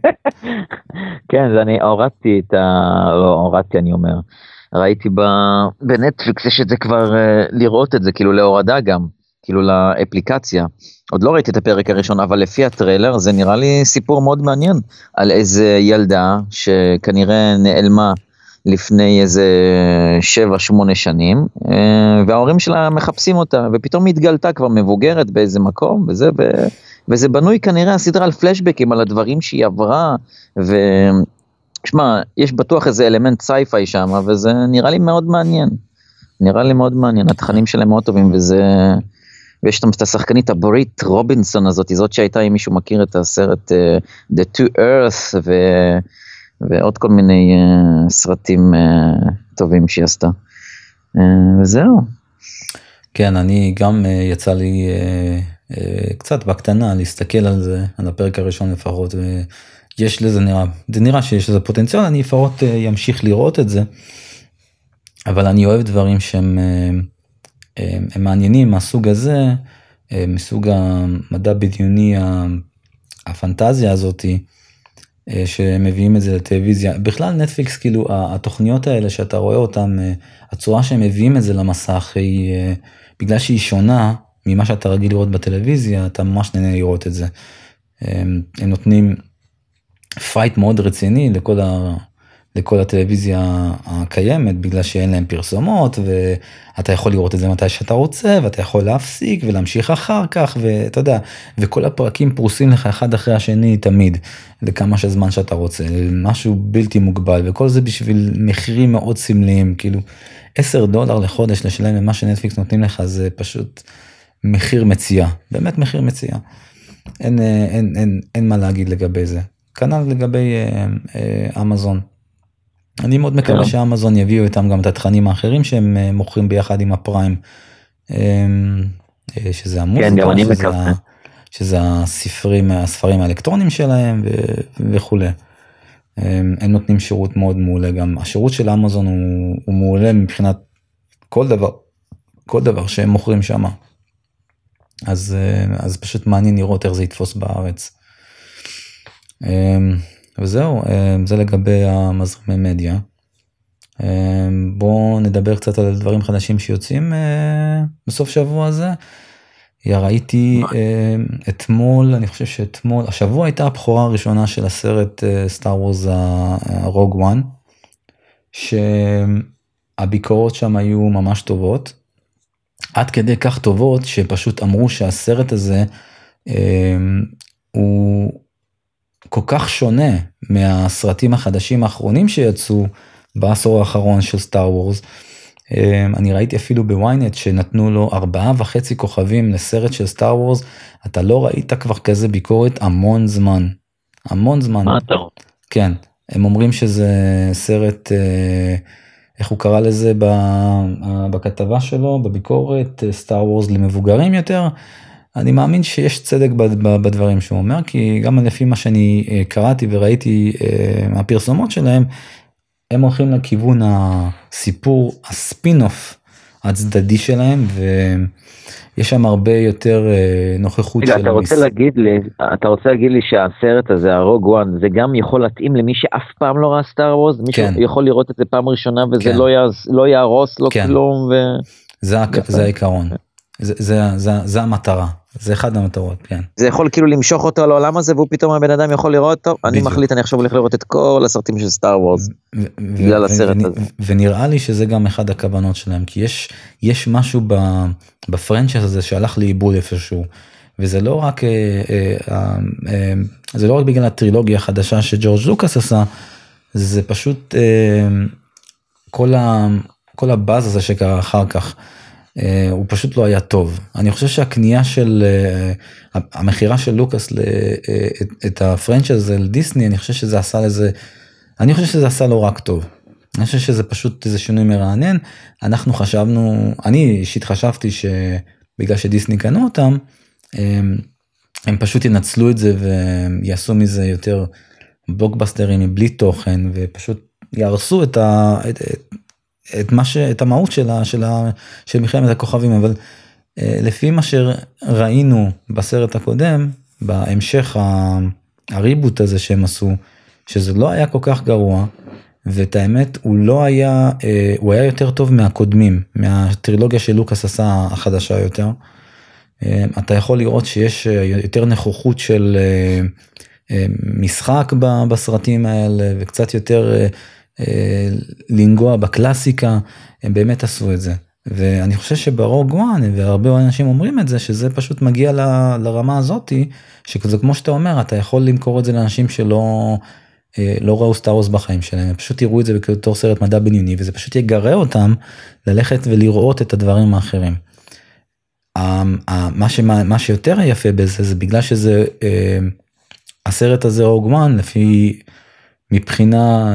כן, אני הורדתי את ה... לא, הורדתי אני אומר. ראיתי בנטפליקס, יש את זה כבר לראות את זה, כאילו להורדה גם, כאילו לאפליקציה. עוד לא ראיתי את הפרק הראשון, אבל לפי הטריילר זה נראה לי סיפור מאוד מעניין, על איזה ילדה שכנראה נעלמה לפני איזה שבע שמונה שנים, וההורים שלה מחפשים אותה, ופתאום היא התגלתה כבר מבוגרת באיזה מקום, וזה, ו... וזה בנוי כנראה הסדרה על פלשבקים, על הדברים שהיא עברה, ו... שמה, יש בטוח איזה אלמנט סייפיי שם, וזה נראה לי מאוד מעניין, נראה לי מאוד מעניין, התכנים שלהם מאוד טובים, וזה... ויש שם את השחקנית הברית רובינסון הזאת, זאת שהייתה, אם מישהו מכיר את הסרט uh, The Two Earth, ו... ועוד כל מיני uh, סרטים uh, טובים שהיא עשתה. Uh, וזהו. כן, אני גם uh, יצא לי uh, uh, קצת בקטנה להסתכל על זה, על הפרק הראשון לפחות, ויש לזה נראה, זה נראה שיש לזה פוטנציאל, אני לפחות uh, ימשיך לראות את זה, אבל אני אוהב דברים שהם... Uh, הם מעניינים מהסוג הזה, מסוג המדע בדיוני, הפנטזיה הזאת, שמביאים את זה לטלוויזיה. בכלל נטפליקס, כאילו, התוכניות האלה שאתה רואה אותן, הצורה שהם מביאים את זה למסך, היא, בגלל שהיא שונה ממה שאתה רגיל לראות בטלוויזיה, אתה ממש נהנה לראות את זה. הם נותנים פייט מאוד רציני לכל ה... לכל הטלוויזיה הקיימת, בגלל שאין להם פרסומות, ואתה יכול לראות את זה מתי שאתה רוצה, ואתה יכול להפסיק ולהמשיך אחר כך, ואתה יודע, וכל הפרקים פרוסים לך אחד אחרי השני תמיד, לכמה שזמן שאתה רוצה, משהו בלתי מוגבל, וכל זה בשביל מחירים מאוד סמליים, כאילו עשר דולר לחודש לשלם, ומה שנטפליקס נותנים לך זה פשוט מחיר מציאה, באמת מחיר מציאה, אין, אין, אין, אין מה להגיד לגבי זה, כנ"ל לגבי אה, אה, אמזון, אני מאוד מקווה שאמזון יביאו איתם גם את התכנים האחרים שהם מוכרים ביחד עם הפריים, שזה המוזיקה, שזה, שזה הספרים, הספרים האלקטרונים שלהם וכו'. הם נותנים שירות מאוד מעולה, גם השירות של אמזון הוא, הוא מעולה מבחינת כל דבר, כל דבר שהם מוכרים שם. אז, אז פשוט מעניין לראות איך זה יתפוס בארץ. וזהו, זה לגבי המזרימי מדיה. בואו נדבר קצת על דברים חדשים שיוצאים בסוף שבוע הזה. ראיתי אתמול, אני חושב שאתמול, השבוע הייתה הבכורה הראשונה של הסרט סטאר וורס רוג וואן, שהביקורות שם היו ממש טובות, עד כדי כך טובות שפשוט אמרו שהסרט הזה הוא כל כך שונה מהסרטים החדשים האחרונים שיצאו בעשור האחרון של סטאר וורס. אני ראיתי אפילו בוויינט שנתנו לו ארבעה וחצי כוכבים לסרט של סטאר וורס, אתה לא ראית כבר כזה ביקורת המון זמן, המון זמן. מה אתה רואה? כן, הם אומרים שזה סרט, איך הוא קרא לזה בכתבה שלו, בביקורת, סטאר וורס למבוגרים יותר, אני מאמין שיש צדק בדברים שהוא אומר, כי גם לפי מה שאני קראתי וראיתי מהפרסומות שלהם, הם הולכים לכיוון הסיפור, הספין-אוף הצדדי שלהם, ויש שם הרבה יותר נוכחות של... אתה רוצה להגיד לי, אתה רוצה להגיד לי שהסרט הזה, הרוג וואן, זה גם יכול להתאים למי שאף פעם לא ראה סטאר וורס? מישהו יכול לראות את זה פעם ראשונה, וזה לא יהרוס לו כלום? זה העיקרון. זה, זה, זה, זה המטרה, זה אחד המטרות, כן. זה יכול כאילו למשוך אותו לעולם הזה, והוא פתאום הבן אדם יכול לראות, טוב, אני מחליט, אני עכשיו הולך לראות את כל הסרטים של סטאר וורס, בגלל הסרט הזה. ונראה לי שזה גם אחד הכוונות שלהם, כי יש, יש משהו בפרנצ'ייז הזה שהלך לאיבוד איפשהו, וזה לא רק, זה לא רק בגלל הטרילוגיה החדשה שג'ורג' לוקאס עשה, זה פשוט כל ה כל הבאז הזה שקרה אחר כך, הוא פשוט לא היה טוב. אני חושב שהקנייה של, המחירה של לוקאס את הפרנצ'ייז הזה לדיסני, אני חושב שזה עשה לזה, אני חושב שזה עשה לו רק טוב. אני חושב שזה פשוט איזה שינוי מרענן. אנחנו חשבנו, אני אישית חשבתי שבגלל שדיסני קנו אותם, הם פשוט ינצלו את זה ויעשו מזה יותר בלוקבאסטרים מבלי תוכן, ופשוט יהרסו את ה... את, את מה ש... את המהות שלה, של, ה... של מלחמת הכוכבים, אבל לפי מה שראינו בסרט הקודם, בהמשך ה... הריבוט הזה שהם עשו, שזה לא היה כל כך גרוע, ואת האמת הוא לא היה, הוא היה יותר טוב מהקודמים, מהטרילוגיה של לוקאס עשה החדשה יותר. אתה יכול לראות שיש יותר נוכחות של משחק בסרטים האלה, וקצת יותר לנגוע בקלאסיקה, הם באמת עשו את זה. ואני חושב שברוג וואן, והרבה אנשים אומרים את זה, שזה פשוט מגיע ל, לרמה הזאת, שכזה כמו שאתה אומר, אתה יכול למכור את זה לאנשים שלא לא ראו סטאר וורס בחיים שלהם, הם פשוט יראו את זה בתור סרט מדע בדיוני, וזה פשוט יגרה אותם ללכת ולראות את הדברים האחרים. מה, שמה, מה שיותר יפה בזה, זה בגלל שזה, הסרט הזה רוג וואן, לפי, מבחינה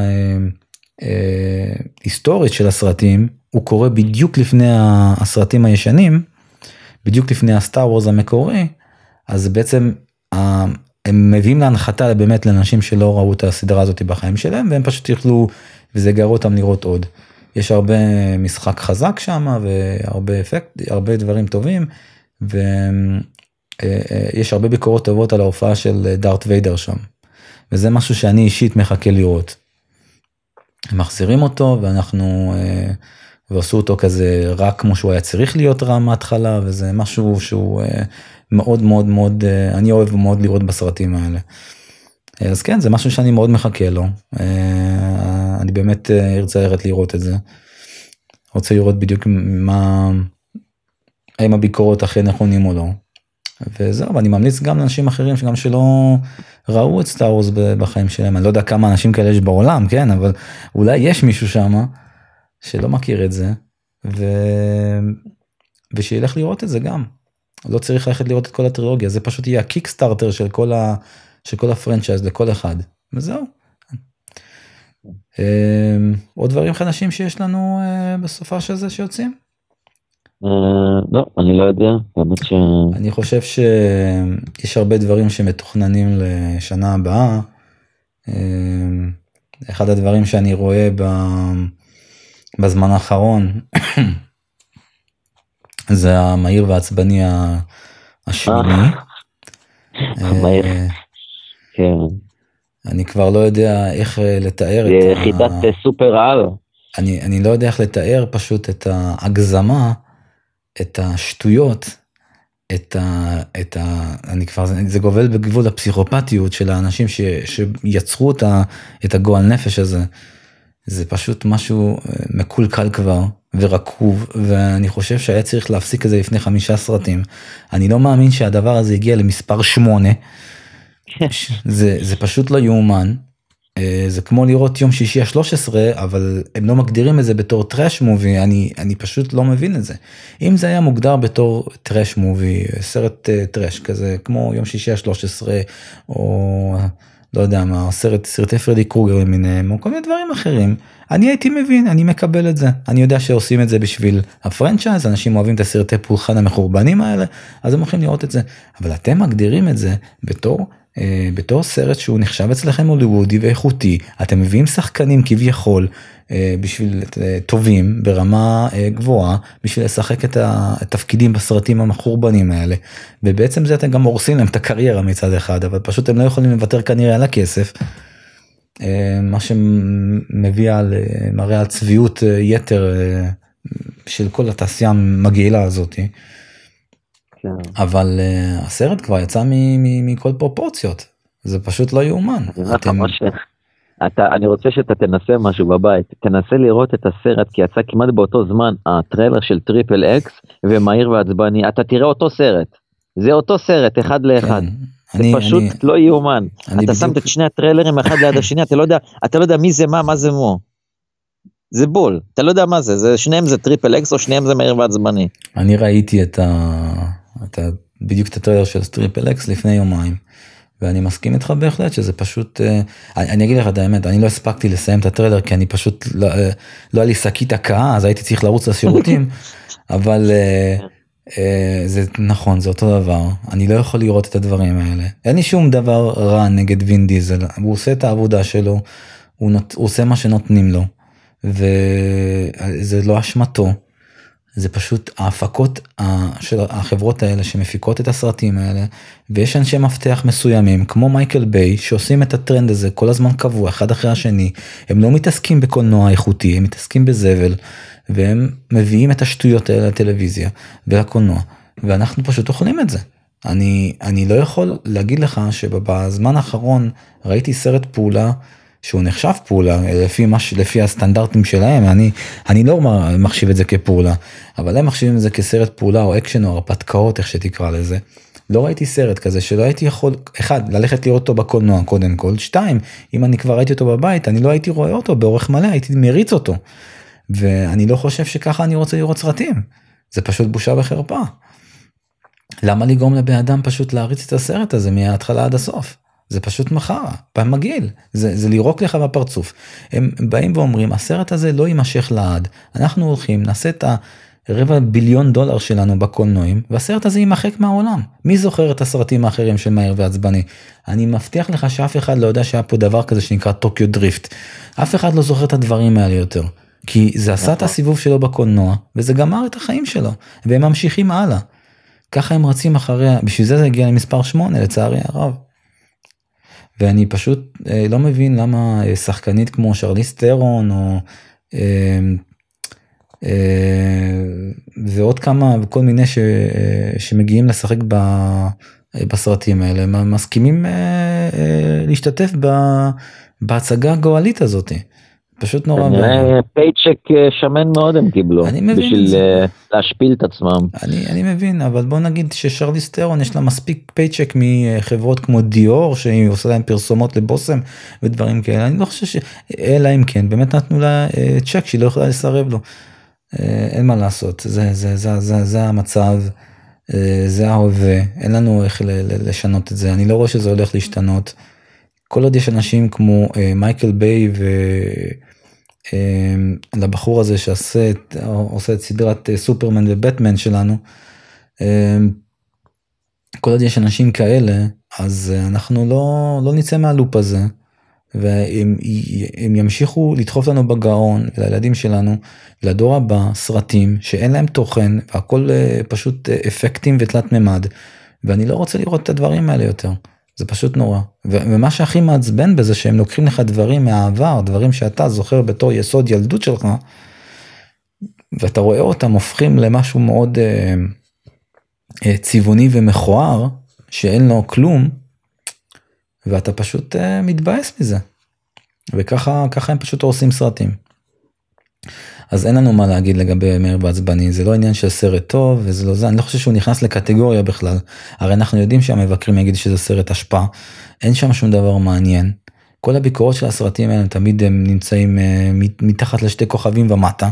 היסטורית של הסרטים, הוא קורה בדיוק לפני הסרטים הישנים, בדיוק לפני הסטאר וורס המקורי, אז בעצם הם מביאים להנחתה באמת לאנשים שלא ראו את הסדרה הזאת בחיים שלהם, והם פשוט יוכלו, וזה גרו אותם לראות עוד. יש הרבה משחק חזק שם, והרבה אפקט, הרבה דברים טובים, ויש הרבה ביקורות טובות על ההופעה של דארת ויידר שם. וזה משהו שאני אישית מחכה לראות. הם מחזירים אותו, ואנחנו, ועשו אותו כזה רק כמו שהוא היה צריך להיות רע מההתחלה, וזה משהו שהוא מאוד מאוד מאוד, אני אוהב מאוד לראות בסרטים האלה. אז כן, זה משהו שאני מאוד מחכה לו. אני באמת ארצה לראות את זה. רוצה לראות בדיוק מה, האם הביקורות הכי נכונים או לא. וזהו, ואני ממליץ גם לאנשים אחרים שגם שלא ראו את סטאר וורס בחיים שלהם. אני לא יודע כמה אנשים כאלה יש בעולם, כן, אבל אולי יש מישהו שם שלא מכיר את זה, ו... ושילך לראות את זה גם. לא צריך ללכת לראות את כל הטרילוגיה, זה פשוט יהיה הקיקסטארטר של כל ה... של כל הפרנצ'ייז לכל אחד, וזהו. עוד דברים חדשים שיש לנו בסופה של זה שיוצאים? לא, אני לא יודע, באמת ש... אני חושב שיש הרבה דברים שמתוכננים לשנה הבאה. אחד הדברים שאני רואה בזמן האחרון, זה המהיר והעצבני השמיני. המהיר. כן. אני כבר לא יודע איך לתאר את ה... יחידת סופר על. אני, אני לא יודע איך לתאר פשוט את ההגזמה, את השטויות, את ה... את ה... אני כבר... זה גובל בגבול הפסיכופתיות של האנשים ש... שיצרו את, ה... את הגועל נפש הזה. זה פשוט משהו מקולקל כבר ורקוב, ואני חושב שהיה צריך להפסיק את זה לפני חמישה סרטים. אני לא מאמין שהדבר הזה הגיע למספר שמונה. זה, זה פשוט לא יאומן. זה כמו לראות יום שישי ה-שלוש עשרה, אבל הם לא מגדירים את זה בתור טרש מובי, אני, אני פשוט לא מבין את זה. אם זה היה מוגדר בתור טרש מובי, סרט טרש כזה, כמו יום שישי ה-שלוש עשרה, או לא יודע מה, סרט, סרטי פרדי קרוגר למיניהם, או כל מיני דברים אחרים, אני הייתי מבין, אני מקבל את זה. אני יודע שעושים את זה בשביל הפרנצ'ייז, אנשים אוהבים את הסרטי פולחן המחורבנים האלה, אז הם הולכים לראות את זה. אבל אתם מגדירים את זה בתור... בתור סרט שהוא נחשב אצלכם הוליוודי ואיכותי, אתם מביאים שחקנים כביכול בשביל טובים ברמה גבוהה, בשביל לשחק את התפקידים בסרטים המחורבנים האלה, ובעצם זה אתם גם הורסים להם את הקריירה מצד אחד, אבל פשוט הם לא יכולים לוותר כנראה על הכסף, מה שמביא על, מראה על צביעות יתר של כל התעשייה המגעילה הזאת. אבל uh, הסרט כבר יצא מכל פרופורציות, זה פשוט לא יאומן. אתם... אתה, אני רוצה שאתה תנסה משהו בבית, תנסה לראות את הסרט, כי יצא כמעט באותו זמן הטריילר של טריפל אקס ומהיר ועצבני, אתה תראה אותו סרט, זה אותו סרט, אחד לאחד. זה פשוט לא יאומן. אתה שמת את שני הטריילרים אחד ליד השני, אתה לא יודע, אתה לא יודע מי זה מה, מה זה מו. זה בול, אתה לא יודע מה זה, זה שניהם זה טריפל אקס או שניהם זה מהיר ועצבני. אני ראיתי את ה... את ה... בדיוק את הטריילר של טריפל אקס לפני יומיים, ואני מסכים איתך בהחלט שזה פשוט, אני, אני אגיד לך את האמת, אני לא הספקתי לסיים את הטריילר, כי אני פשוט, לא, לא היה לי שקית הקאה, אז הייתי צריך לרוץ לשירותים, אבל זה נכון, זה אותו דבר, אני לא יכול לראות את הדברים האלה, אין לי שום דבר רע נגד וין דיזל, הוא עושה את העבודה שלו, הוא, נות, הוא עושה מה שנותנים לו, וזה לא אשמתו, זה פשוט ההפקות של החברות האלה שמפיקות את הסרטים האלה, ויש אנשי מפתח מסוימים, כמו מייקל ביי, שעושים את הטרנד הזה כל הזמן קבוע, אחד אחרי השני, הם לא מתעסקים בקולנוע איכותי, הם מתעסקים בזבל, והם מביאים את השטויות האלה לטלוויזיה ולקולנוע, ואנחנו פשוט אוכלים את זה. אני, אני לא יכול להגיד לך שבזמן האחרון ראיתי סרט פעולה, שהוא נחשב פעולה, לפי, מש, לפי הסטנדרטים שלהם, אני, אני לא מחשיב את זה כפעולה, אבל הם מחשיבים את זה כסרט פעולה, או אקשן, או הרפתקאות, איך שתקרא לזה. לא ראיתי סרט כזה, שלא הייתי יכול, אחד, ללכת לראות אותו בקולנוע, קודם כל, שתיים, אם אני כבר ראיתי אותו בבית, אני לא הייתי רואה אותו באורך מלא, הייתי מריץ אותו, ואני לא חושב שככה אני רוצה לראות סרטים, זה פשוט בושה וחרפה. למה לגרום לבן אדם פשוט להריץ את הסרט הזה, מההתחלה עד הסוף? זה פשוט מחרה, פעם מגעיל, זה, זה לירוק לך בפרצוף. הם באים ואומרים, הסרט הזה לא יימשך לעד, אנחנו הולכים, נעשה את הרבע ביליון דולר שלנו בקולנועים, והסרט הזה יימחק מהעולם. מי זוכר את הסרטים האחרים של מהיר ועצבני? אני מבטיח לך שאף אחד לא יודע שהיה פה דבר כזה שנקרא טוקיו דריפט. אף אחד לא זוכר את הדברים האלה יותר, כי זה עשה את הסיבוב שלו בקולנוע, וזה גמר את החיים שלו, והם ממשיכים הלאה. ככה הם רצים אחריה, בשביל זה זה הגיע למספר שמונה, לצערי הרב. ואני פשוט אה, לא מבין למה אה, שחקנית כמו שרליס תרון, או אה, אה, ועוד כמה וכל מיני ש, אה, שמגיעים לשחק ב, אה, בסרטים האלה, הם מסכימים אה, אה, להשתתף ב, בהצגה הגואלית הזאת. פשוט נורא. נראה פייצ'ק שמן מאוד הם קיבלו, בשביל להשפיל את עצמם. אני, אני מבין, אבל בוא נגיד ששרליס תרון יש לה מספיק פייצ'ק מחברות כמו דיור, שהיא עושה להם פרסומות לבוסם ודברים כאלה. אני לא חושב ש... אלא אם כן, באמת נתנו לה צ'ק שהיא לא יכולה לסרב לו. אין מה לעשות, זה, זה, זה, זה, זה המצב, זה ההווה, אין לנו איך לשנות את זה. אני לא רואה שזה הולך להשתנות. כל עוד יש אנשים כמו מייקל ביי ו... לבחור הזה שעושה את, עושה את סדרת סופרמן ובטמן שלנו, כל עוד יש אנשים כאלה, אז אנחנו לא, לא נצא מהלופ הזה, והם הם ימשיכו לדחוף לנו בגאון, לילדים שלנו, לדור הבא, סרטים שאין להם תוכן, והכל פשוט אפקטים ותלת ממד, ואני לא רוצה לראות את הדברים האלה יותר. זה פשוט נורא, ומה שהכי מעצבן בזה שהם לוקחים לך דברים מהעבר, דברים שאתה זוכר בתור יסוד ילדות שלך, ואתה רואה אותם הופכים למשהו מאוד אה, אה, צבעוני ומכוער, שאין לו כלום, ואתה פשוט אה, מתבאס מזה, וככה ככה הם פשוט עושים סרטים. אז אין לנו מה להגיד לגבי מהיר ועצבני, זה לא עניין של סרט טוב, וזה לא זה, אני לא חושב שהוא נכנס לקטגוריה בכלל, הרי אנחנו יודעים שהמבקרים יגיד שזה סרט השפעה, אין שם שום דבר מעניין, כל הביקורות של הסרטים האלה תמיד הם נמצאים מתחת לשתי כוכבים ומטה,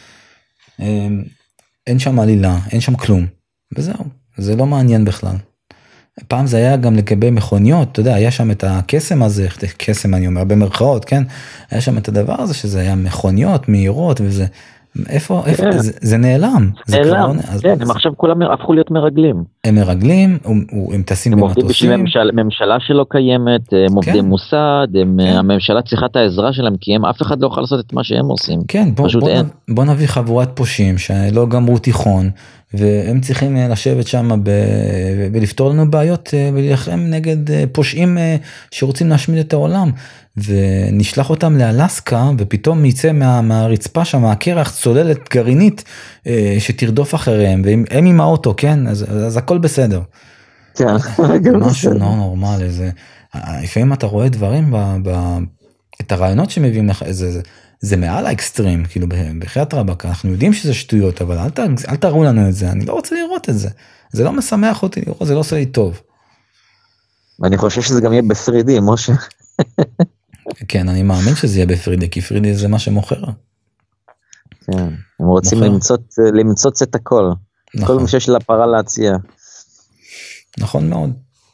אין שם עלילה, אין שם כלום, וזהו, זה לא מעניין בכלל. פעם זה היה גם לגבי מכוניות, אתה יודע, היה שם את הקסם הזה, קסם אני אומר במרכאות, כן? היה שם את הדבר הזה שזה היה מכוניות, מהירות וזה, איפה, איפה, זה, זה נעלם. נעלם, כן, הם עכשיו כולם הפכו להיות מרגלים. הם מרגלים, הם טסים במטוסים. הם עובדים בשביל ממשלה שלא קיימת, הם עובדים מוסד, הממשלה צריכה את העזרה שלהם, כי אף אחד לא יכול לעשות את מה שהם עושים. כן, בוא נביא חבורת פושעים, שלא גמרו תיכון, והם צריכים לשבת שם ולפתור לנו בעיות ולהילחם נגד פושעים שרוצים להשמיד את העולם, ונשלח אותם לאלסקה ופתאום יצא מה, מהרצפה שם הקרח צוללת גרעינית שתרדוף אחריהם, והם עם האוטו, כן? אז, אז הכל בסדר. משהו לא נורמלי, זה, לפעמים אתה רואה דברים, ב, ב, את הרעיונות שמביאים לך, זה, זה, זה מעל האקסטרים, כאילו בחיית רבק, אנחנו יודעים שזה שטויות, אבל אל, אל תראו לנו את זה, אני לא רוצה לראות את זה, זה לא משמח אותי לראות, זה לא עושה לי טוב. ואני חושב שזה גם יהיה ב-תרי די, משה. כן, אני מאמין שזה יהיה ב-תרי די, כי תרי די זה מה שמוכר. כן, הם רוצים למצוץ את הכל. כל מה שיש לפרה להציע. נכון מאוד.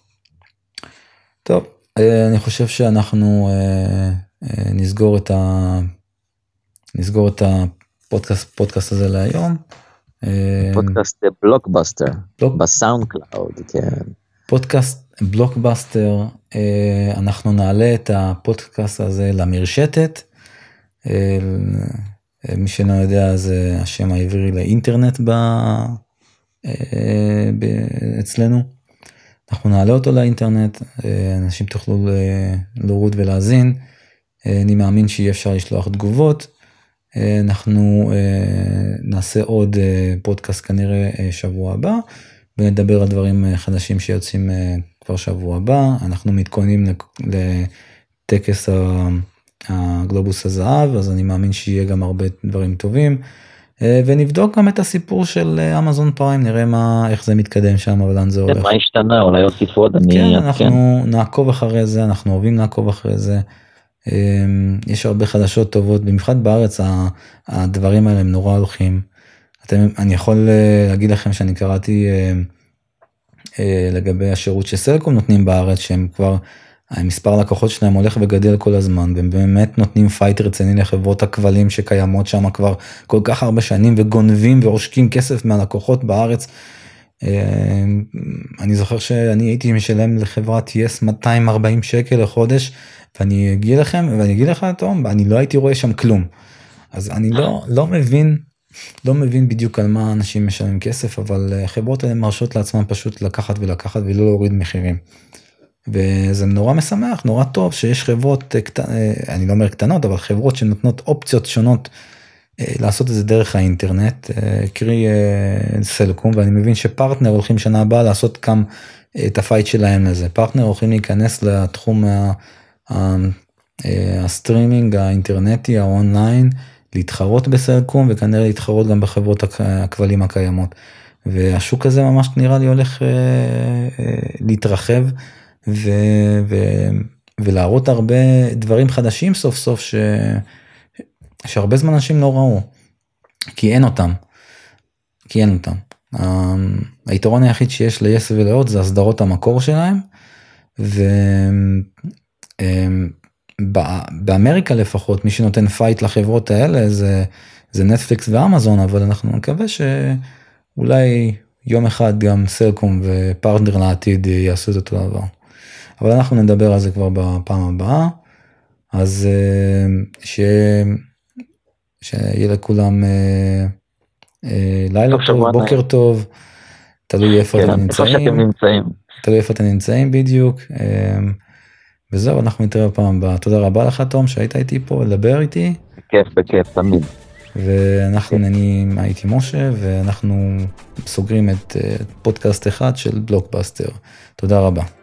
טוב, אני חושב שאנחנו נסגור את ה... נסגור את הפודקאסט, פודקאסט הזה להיום. פודקאסט בלוקבאסטר, בסאונד קלאוד, כן. פודקאסט בלוקבאסטר, אנחנו נעלה את הפודקאסט הזה למרשתת. מי שלא יודע, זה השם העברי לאינטרנט ב... אצלנו. אנחנו נעלה אותו לאינטרנט, אנשים תוכלו להוריד ולהזין. אני מאמין שיהיה אפשר לשלוח תגובות. אנחנו נעשה עוד פודקאסט כנראה שבוע הבא, ונדבר על דברים חדשים שיוצאים כבר שבוע הבא. אנחנו מתכוננים לטקס הגלובוס הזהב, אז אני מאמין שיהיה גם הרבה דברים טובים, ונבדוק גם את הסיפור של אמזון פריים, נראה מה, איך זה מתקדם שם, ולאן זה הולך. מה השתנה, אולי יוסיפו עוד, אני... כן, אנחנו נעקוב אחרי זה, אנחנו אוהבים לעקוב אחרי זה. יש הרבה חדשות טובות, במיוחד בארץ הדברים האלה הם נורא הולכים. אתם, אני יכול להגיד לכם שאני קראתי לגבי השירות שסלקום נותנים בארץ, שהם כבר, המספר לקוחות שלהם הולך וגדל כל הזמן, והם באמת נותנים פייט רציני לחברות הכבלים שקיימות שם כבר כל כך הרבה שנים, וגונבים ועושקים כסף מהלקוחות בארץ. אני זוכר שאני הייתי משלם לחברת יס מאתיים וארבעים שקל לחודש, ואני אגיד לכם, ואני אגיד לך, טוב, אני לא הייתי רואה שם כלום. אז אני לא, לא מבין, לא מבין בדיוק על מה אנשים משלמים כסף, אבל החברות האלה מרשות לעצמם פשוט לקחת ולקחת ולא להוריד מחירים. וזה נורא משמח, נורא טוב שיש חברות, אני לא אומר קטנות, אבל חברות שנותנות אופציות שונות לעשות את זה דרך האינטרנט, קרי סלקום, ואני מבין שפרטנר הולכים שנה הבאה לעשות גם את הפייט שלהם לזה. פרטנר הולכים להיכנס לתחום הסטרימינג האינטרנטי, האונליין, להתחרות בסלקום, וכנראה להתחרות גם בחברות הכבלים הקיימות. והשוק הזה ממש נראה לי הולך להתרחב, ו, ו, ולהראות הרבה דברים חדשים סוף סוף, ש, שהרבה זמן אנשים לא ראו, כי אין אותם, כי אין אותם. היתרון היחיד שיש ליס ולהוט זה הסדרות המקור שלהם, ובאמריקה לפחות, מי שנותן פייט לחברות האלה זה, זה נטפליקס ואמזון, אבל אנחנו מקווה שאולי יום אחד גם סלקום ופרטנר לעתיד יעשו את אותו דבר. אבל אנחנו נדבר על זה כבר בפעם הבאה, אז ש... שיהיה לכולם לילה טוב, בוקר טוב, תלוי איפה אתם נמצאים, תלוי איפה אתם נמצאים בדיוק, וזהו, אנחנו נתראה בפעם הבאה. תודה רבה לך תום שהיית איתי פה לדבר איתי. בכיף, בכיף, תמיד. ואנחנו, אני הייתי משה, ואנחנו סוגרים את פודקאסט אחד של בלוקבאסטר. תודה רבה.